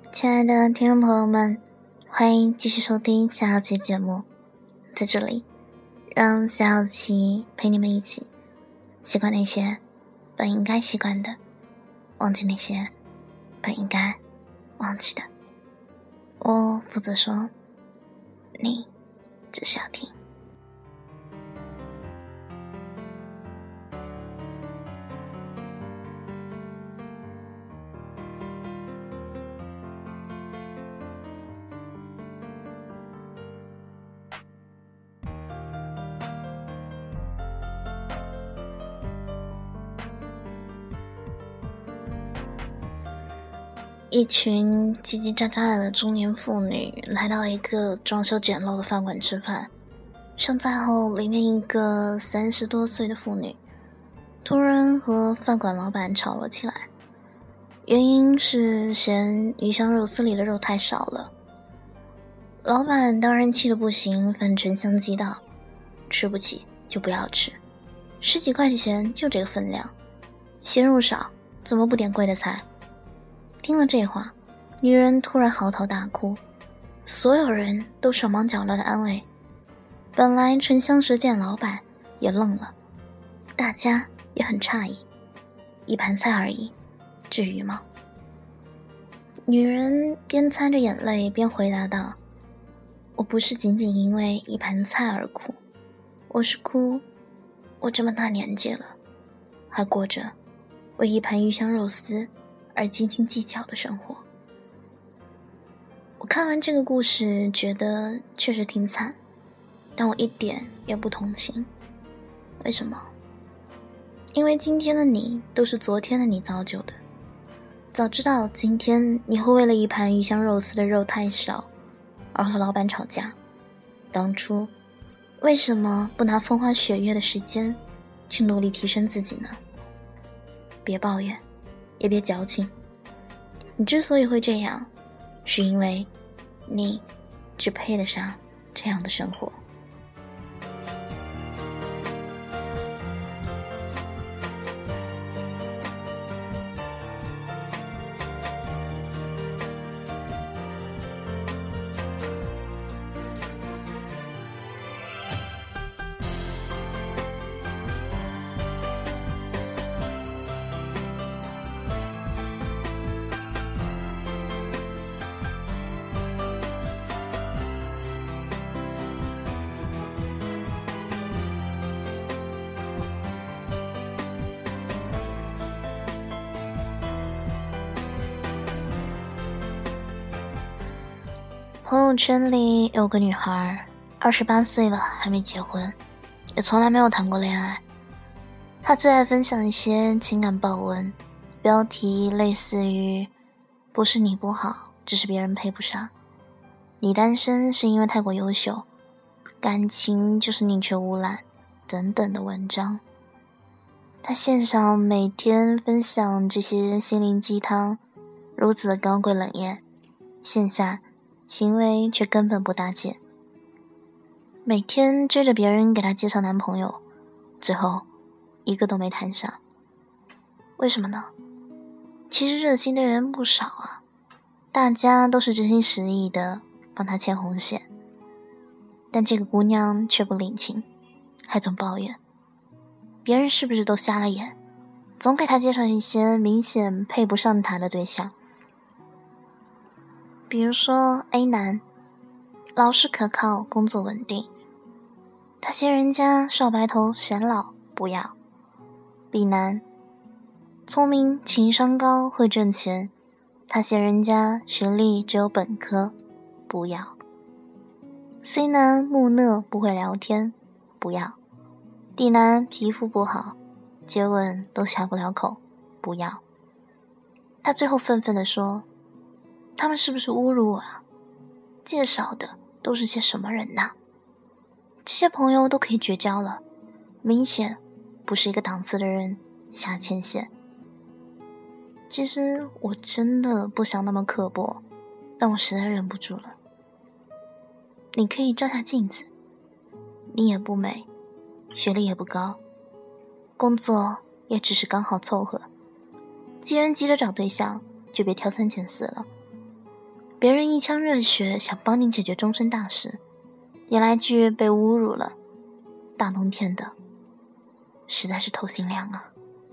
亲爱的听众朋友们，欢迎继续收听夏小琪节目。在这里，让夏小琪陪你们一起习惯那些本应该习惯的，忘记那些本应该忘记的。我负责说，你只需要听。一群叽叽喳喳的中年妇女来到一个装修简陋的饭馆吃饭。上菜后，里面一个30多岁的妇女突然和饭馆老板吵了起来，原因是嫌鱼香肉丝里的肉太少了。老板当然气得不行，粉唇相讥道：“吃不起就不要吃，10几块钱就这个分量，嫌肉少怎么不点贵的菜？”听了这话，女人突然嚎啕大哭，所有人都手忙脚乱的安慰。本来唇香舌剑的老板也愣了，大家也很诧异，一盘菜而已，至于吗？女人边擦着眼泪边回答道：“我不是仅仅因为一盘菜而哭，我是哭我这么大年纪了，还过着为一盘鱼香肉丝而斤斤计较的生活。”我看完这个故事觉得确实挺惨，但我一点也不同情。为什么？因为今天的你都是昨天的你造就的。早知道今天你会为了一盘鱼香肉丝的肉太少而和老板吵架，当初为什么不拿风花雪月的时间去努力提升自己呢？别抱怨，也别矫情，你之所以会这样，是因为你只配得上这样的生活。朋友圈里有个女孩，28岁了还没结婚，也从来没有谈过恋爱。她最爱分享一些情感报文，标题类似于“不是你不好，只是别人配不上”，“你单身是因为太过优秀”，“感情就是宁缺毋滥”等等的文章。她线上每天分享这些心灵鸡汤，如此的高贵冷艳，线下行为却根本不搭界，每天追着别人给她介绍男朋友，最后一个都没谈上。为什么呢？其实热心的人不少啊，大家都是真心实意的帮她牵红线，但这个姑娘却不领情，还总抱怨别人是不是都瞎了眼，总给她介绍一些明显配不上她的对象。比如说 A 男，老实可靠，工作稳定，他嫌人家少白头显老，不要。B 男，聪明，情商高，会挣钱，他嫌人家学历只有本科，不要。C 男，木讷，不会聊天，不要。D 男，皮肤不好，接吻都下不了口，不要。他最后愤愤地说，他们是不是侮辱我啊？介绍的都是些什么人呐？这些朋友都可以绝交了，明显不是一个档次的人下牵线。其实我真的不想那么刻薄，但我实在忍不住了。你可以照下镜子，你也不美，学历也不高，工作也只是刚好凑合。既然急着找对象，就别挑三拣四了。 别人一腔热血想帮你解决终身大事，你来句被侮辱了，大冬天的，实在是透心凉啊。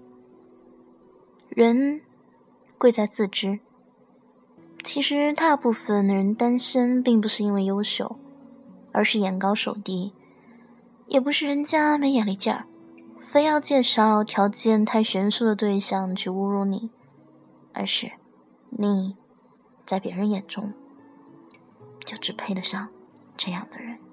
人贵在自知，其实大部分的人单身并不是因为优秀，而是眼高手低，也不是人家没眼力劲儿，非要介绍条件太悬殊的对象去侮辱你，而是你在别人眼中就只配得上这样的人。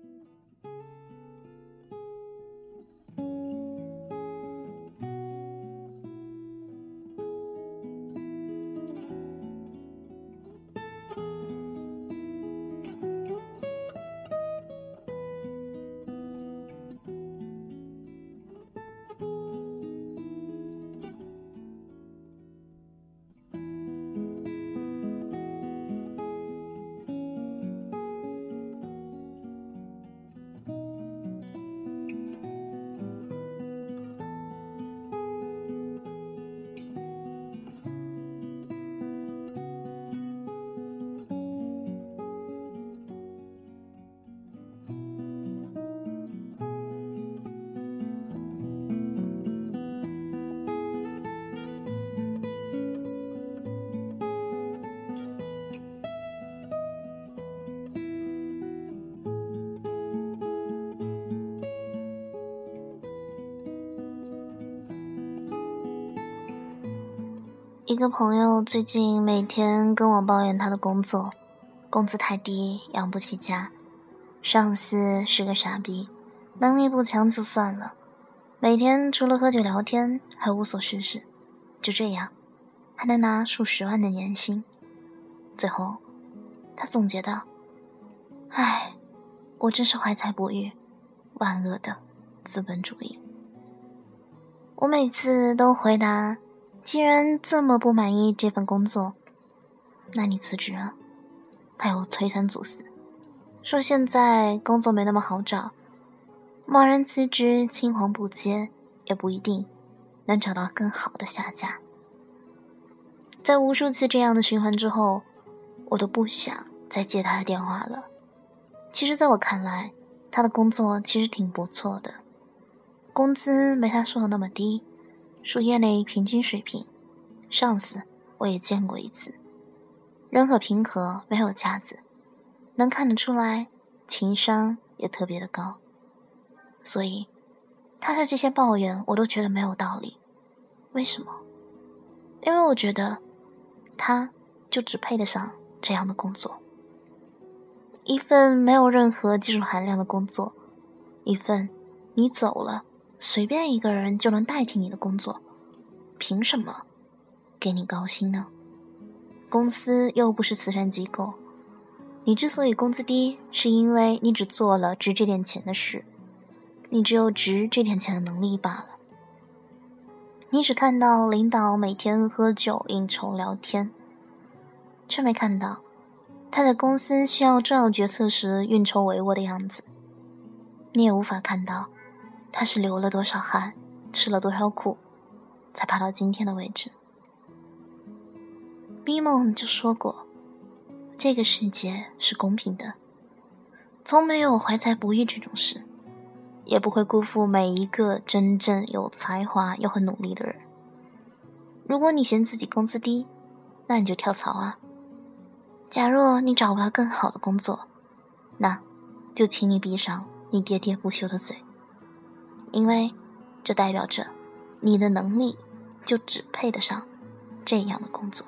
一个朋友最近每天跟我抱怨他的工作，工资太低，养不起家，上司是个傻逼，能力不强就算了，每天除了喝酒聊天还无所事事，就这样还能拿数十万的年薪。最后他总结道，唉，我真是怀才不遇，万恶的资本主义。我每次都回答，既然这么不满意这份工作，那你辞职啊。还有推三阻四，说现在工作没那么好找，贸然辞职青黄不接也不一定能找到更好的下家。在无数次这样的循环之后，我都不想再接他的电话了。其实在我看来，他的工作其实挺不错的，工资没他说的那么低，属业内平均水平，上司我也见过一次，人很平和，没有架子，能看得出来情商也特别的高。所以他的这些抱怨我都觉得没有道理。为什么？因为我觉得他就只配得上这样的工作，一份没有任何技术含量的工作，一份你走了随便一个人就能代替你的工作，凭什么给你高薪呢？公司又不是慈善机构，你之所以工资低，是因为你只做了值这点钱的事，你只有值这点钱的能力罢了。你只看到领导每天喝酒应酬聊天，却没看到他在公司需要重要决策时运筹帷幄的样子。你也无法看到他是流了多少汗，吃了多少苦，才爬到今天的位置。B 梦就说过，这个世界是公平的，从没有怀才不遇这种事，也不会辜负每一个真正有才华又很努力的人。如果你嫌自己工资低，那你就跳槽啊。假若你找不到更好的工作，那就请你闭上你喋喋不休的嘴，因为这代表着你的能力就只配得上这样的工作。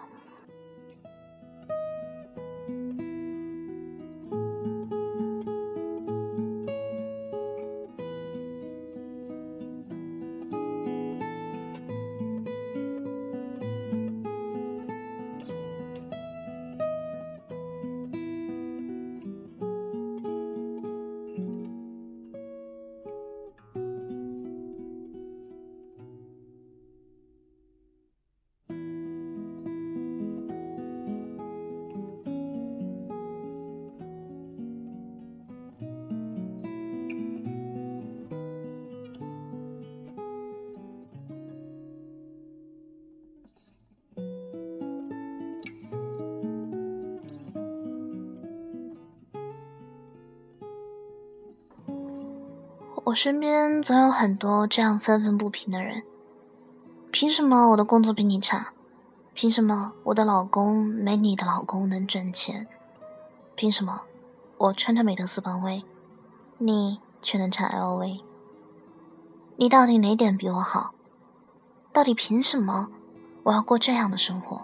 我身边总有很多这样愤愤不平的人。凭什么我的工作比你差？凭什么我的老公没你的老公能赚钱？凭什么我穿着美特斯邦威，你却能穿 LV？ 你到底哪点比我好？到底凭什么我要过这样的生活？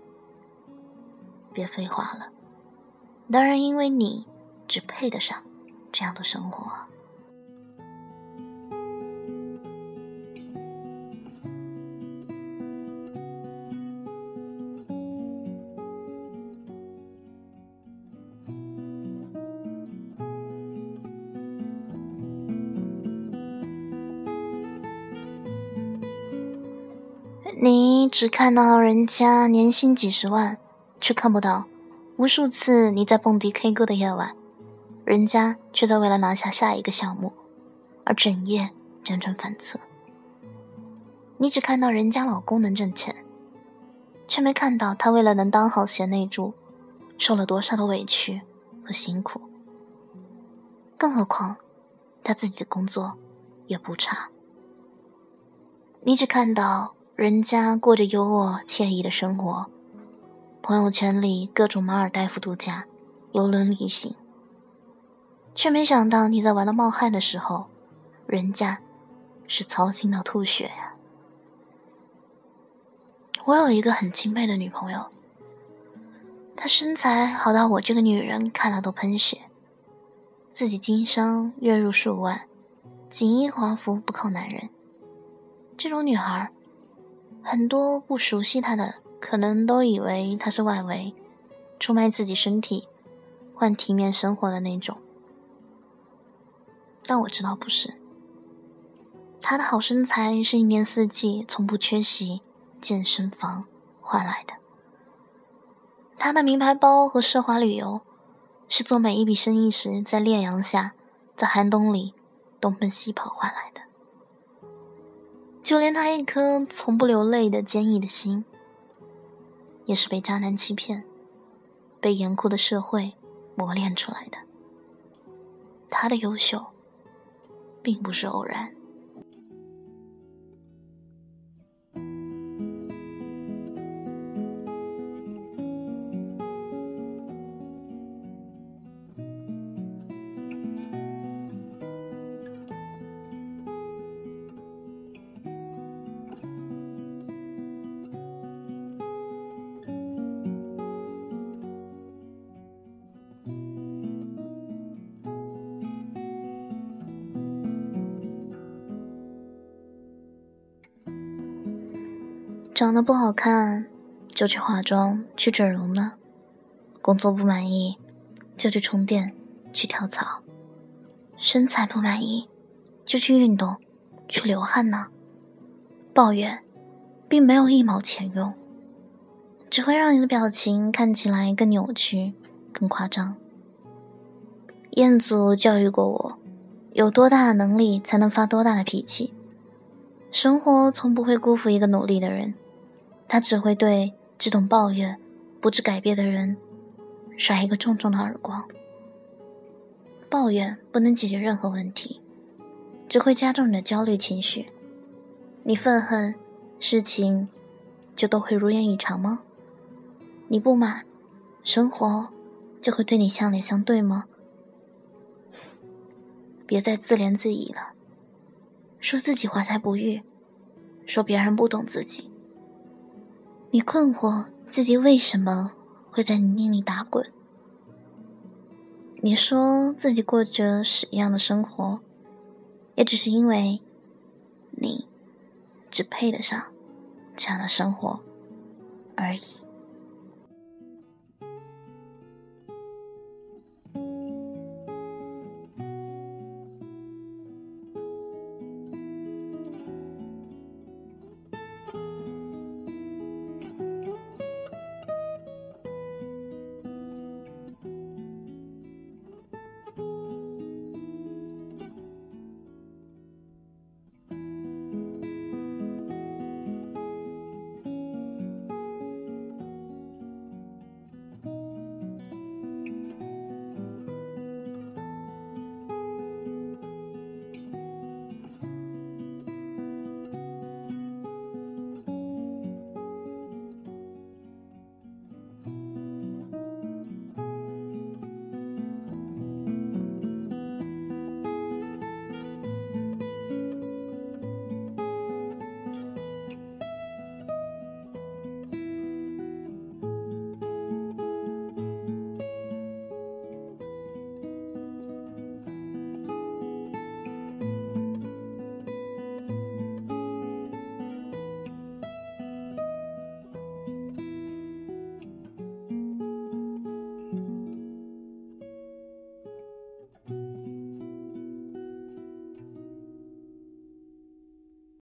别废话了，当然因为你只配得上这样的生活啊。你只看到人家年薪几十万，却看不到无数次你在蹦迪 K 歌的夜晚，人家却在为了拿下下一个项目而整夜辗转反侧。你只看到人家老公能挣钱，却没看到他为了能当好贤内助受了多少的委屈和辛苦。更何况他自己的工作也不差。你只看到人家过着优渥惬意的生活，朋友圈里各种马尔代夫度假、游轮旅行，却没想到你在玩到冒汗的时候，人家是操心到吐血呀。我有一个很钦佩的女朋友，她身材好到我这个女人看了都喷血，自己经商月入数万，锦衣华服不靠男人。这种女孩，很多不熟悉她的可能都以为她是外围出卖自己身体换体面生活的那种，但我知道不是。她的好身材是一年四季从不缺席健身房换来的，她的名牌包和奢华旅游是做每一笔生意时在烈阳下在寒冬里东奔西跑换来的。就连他一颗从不流泪的坚毅的心，也是被渣男欺骗，被严酷的社会磨练出来的。他的优秀并不是偶然。长得不好看就去化妆去整容呢，工作不满意就去充电去跳槽，身材不满意就去运动去流汗呢。抱怨并没有一毛钱用，只会让你的表情看起来更扭曲更夸张。彦祖教育过我，有多大的能力才能发多大的脾气。生活从不会辜负一个努力的人，他只会对只懂抱怨不知改变的人甩一个重重的耳光。抱怨不能解决任何问题，只会加重你的焦虑情绪。你愤恨，事情就都会如愿以偿吗？你不满，生活就会对你相脸相对吗？别再自怜自艾了，说自己怀才不遇，说别人不懂自己。你困惑自己为什么会在泥泞里打滚，你说自己过着屎一样的生活，也只是因为你只配得上这样的生活而已。